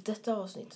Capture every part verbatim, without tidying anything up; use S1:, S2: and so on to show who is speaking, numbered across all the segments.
S1: detta avsnitt,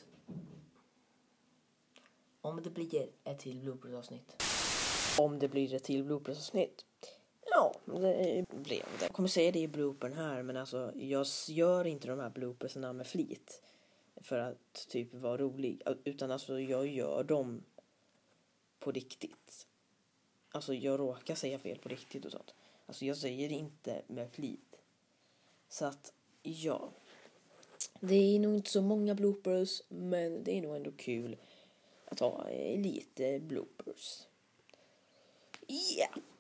S1: om det blir ett till bloopers-avsnitt. Om det blir ett till bloopers-avsnitt. Ja, det blev det. Jag kommer säga det i bloopern här, men alltså jag gör inte de här bloopersarna med flit för att typ vara rolig, utan alltså jag gör dem på riktigt. Alltså jag råkar säga fel på riktigt och sånt. Alltså jag säger det inte med flit. Så att ja, det är nog inte så många bloopers, men det är nog ändå kul att ha lite bloopers. Japp.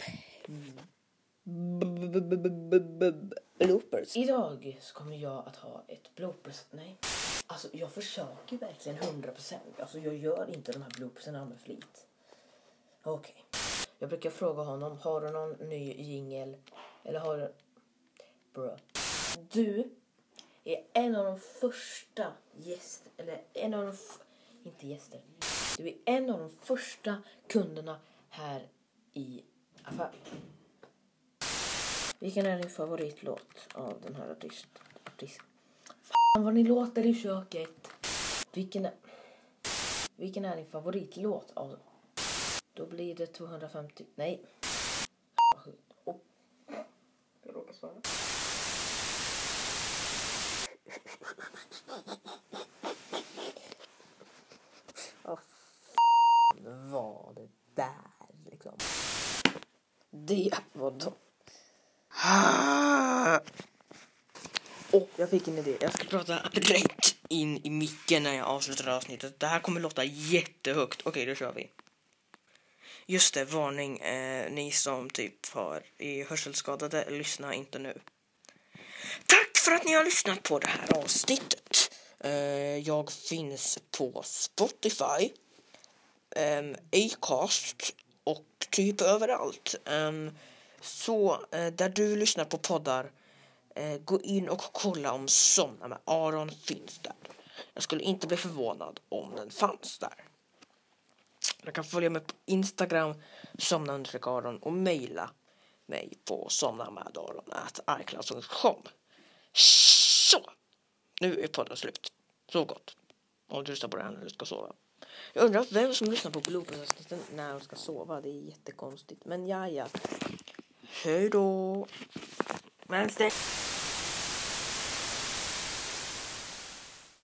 S1: Bloopers. Idag så kommer jag att ha ett bloopers. Nej. Alltså jag försöker verkligen hundra procent. Alltså jag gör inte de här blooperserna med flit. Okej. Okay. Jag brukar fråga honom, har du någon ny jingle? Eller har du... Bro. Du är en av de första gäster, eller en av de... F- inte gäster. Du är en av de första kunderna här i affären. Vilken är din favoritlåt av den här artist? artist? Fan vad ni låter i köket. Vilken är... Vilken är din favoritlåt av... Då blir det tvåhundrafemtio... Nej. Oh. Jag råkar svara. Vad fan var det där liksom? Det var då. Åh, oh, jag fick en idé. Jag ska prata rätt in i micken när jag avslutar avsnittet. Det här kommer låta jättehögt. Okej, då kör vi. Just det, varning. Eh, ni som typ har är hörselskadade, lyssna inte nu. Tack för att ni har lyssnat på det här avsnittet. Eh, jag finns på Spotify, eh, Acast och typ överallt. Eh, så eh, där du lyssnar på poddar, eh, gå in och kolla om Somna med Aron finns där. Jag skulle inte bli förvånad om den fanns där. Du kan följa mig på Instagram, somna understreck Aron, och mejla mig på somnamedaron at icloud punkt com. Så, nu är podden slut. Så gott. Om du lyssnar på det här när du ska sova. Jag undrar vem som lyssnar på bloopers när de ska sova. Det är jättekonstigt. Men ja, ja. Hej då. Men stäng.